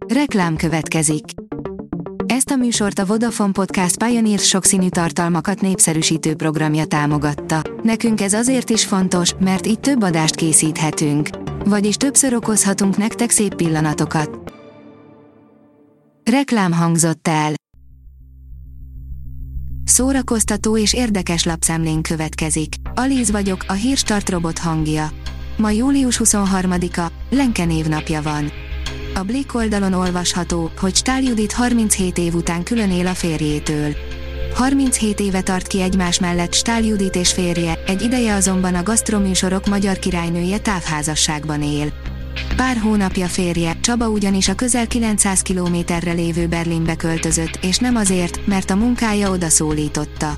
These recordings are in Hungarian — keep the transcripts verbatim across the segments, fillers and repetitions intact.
Reklám következik. Ezt a műsort a Vodafone Podcast Pioneer sokszínű tartalmakat népszerűsítő programja támogatta. Nekünk ez azért is fontos, mert így több adást készíthetünk. Vagyis többször okozhatunk nektek szép pillanatokat. Reklám hangzott el. Szórakoztató és érdekes lapszemlén következik. Alíz vagyok, a Hírstart robot hangja. Ma július huszonharmadika, Lenke névnapja van. A Blick oldalon olvasható, hogy Stál Judit harminchét év után külön él a férjétől. harminchét éve tart ki egymás mellett Stál Judit és férje, egy ideje azonban a gasztroműsorok magyar királynője távházasságban él. Pár hónapja férje, Csaba ugyanis a közel kilencszáz kilométerre lévő Berlinbe költözött, és nem azért, mert a munkája odaszólította.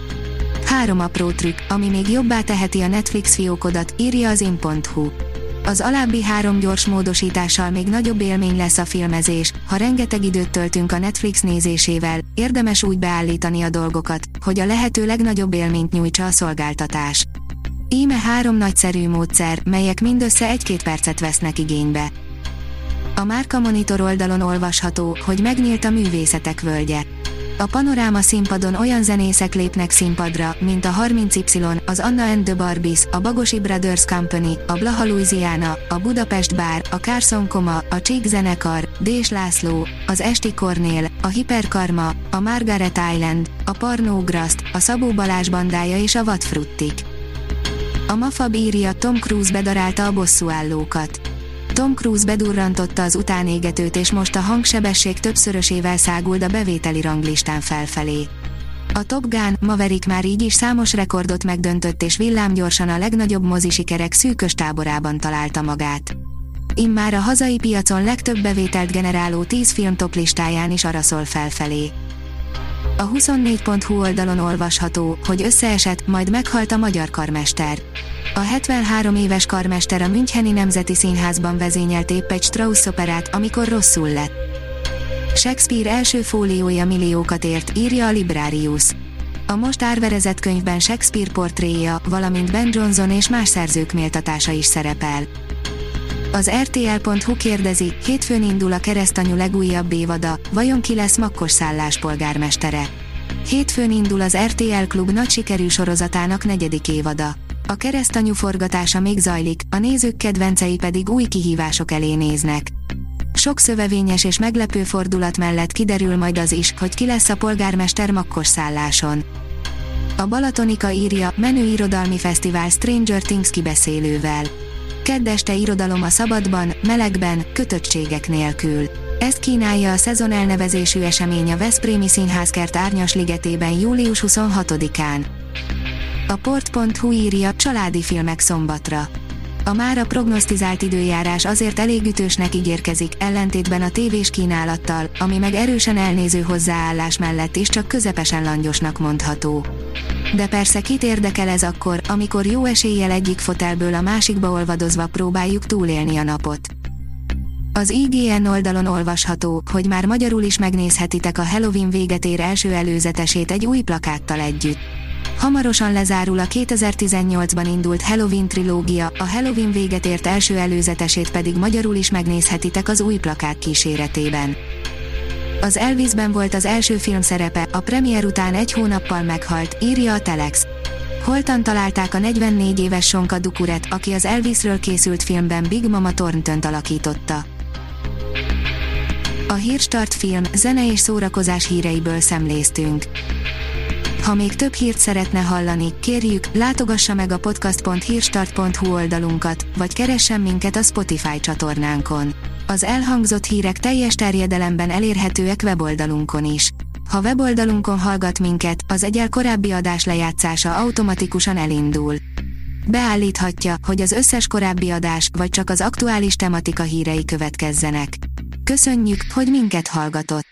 Három apró trükk, ami még jobbá teheti a Netflix fiókodat, írja az in pont hu. Az alábbi három gyors módosítással még nagyobb élmény lesz a filmezés. Ha rengeteg időt töltünk a Netflix nézésével, érdemes úgy beállítani a dolgokat, hogy a lehető legnagyobb élményt nyújtsa a szolgáltatás. Íme három nagyszerű módszer, melyek mindössze egy-két percet vesznek igénybe. A Márka Monitor oldalon olvasható, hogy megnyílt a művészetek völgye. A Panoráma színpadon olyan zenészek lépnek színpadra, mint a harminc Y, az Anna and the Barbies, a Bagosi Brothers Company, a Blaha Louisiana, a Budapest Bar, a Carson Coma, a Csík zenekar, Dés László, az Esti Kornél, a Hiperkarma, a Margaret Island, a Parnógraszt, a Szabó Balázs bandája és a Vadfruttik. A Mafab írja, Tom Cruise bedarálta a bosszúállókat. Tom Cruise bedurrantotta az utánégetőt és most a hangsebesség többszörösével száguld a bevételi ranglistán felfelé. A Top Gun, Maverick már így is számos rekordot megdöntött és villámgyorsan a legnagyobb mozisikerek szűkös táborában találta magát. Immár a hazai piacon legtöbb bevételt generáló tíz film top listáján is araszol felfelé. A huszonnégy pont hu oldalon olvasható, hogy összeesett, majd meghalt a magyar karmester. A hetvenhárom éves karmester a Müncheni Nemzeti Színházban vezényelt épp egy Strauss operát, amikor rosszul lett. Shakespeare első fóliója milliókat ért, írja a Librarius. A most árverezett könyvben Shakespeare portréja, valamint Ben Jonson és más szerzők méltatása is szerepel. Az er té el pont hu kérdezi, hétfőn indul a Keresztanyu legújabb évada, vajon ki lesz Makkos szállás polgármestere? Hétfőn indul az er té el Klub nagy sikerű sorozatának negyedik évada. A Keresztanyu forgatása még zajlik, a nézők kedvencei pedig új kihívások elé néznek. Sok szövevényes és meglepő fordulat mellett kiderül majd az is, hogy ki lesz a polgármester Makkos szálláson. A Balatonika írja, menő irodalmi fesztivál Stranger Things kibeszélővel. Kedd este irodalom a szabadban, melegben, kötöttségek nélkül. Ezt kínálja a szezon elnevezésű esemény a Veszprémi Színházkert Árnyas ligetében július huszonhatodikán. A port pont hu írja, családi filmek szombatra. A mára prognosztizált időjárás azért elég ütősnek ígérkezik, ellentétben a tévés kínálattal, ami meg erősen elnéző hozzáállás mellett is csak közepesen langyosnak mondható. De persze kit érdekel ez akkor, amikor jó eséllyel egyik fotelből a másikba olvadozva próbáljuk túlélni a napot. Az i gé en oldalon olvasható, hogy már magyarul is megnézhetitek a Halloween véget ér első előzetesét egy új plakáttal együtt. Hamarosan lezárul a kétezer-tizennyolcban indult Halloween trilógia, a Halloween véget ért első előzetesét pedig magyarul is megnézhetitek az új plakát kíséretében. Az Elvisben volt az első film szerepe, a premier után egy hónappal meghalt, írja a Telex. Holtan találták a negyvennégy éves Sonka Dukuret, aki az Elvisről készült filmben Big Mama Thornton-t alakította. A Hírstart film, zene és szórakozás híreiből szemléztünk. Ha még több hírt szeretne hallani, kérjük, látogassa meg a podcast pont hírstart pont hu oldalunkat, vagy keressen minket a Spotify csatornánkon. Az elhangzott hírek teljes terjedelemben elérhetőek weboldalunkon is. Ha weboldalunkon hallgat minket, az egyel korábbi adás lejátszása automatikusan elindul. Beállíthatja, hogy az összes korábbi adás, vagy csak az aktuális tematika hírei következzenek. Köszönjük, hogy minket hallgatott!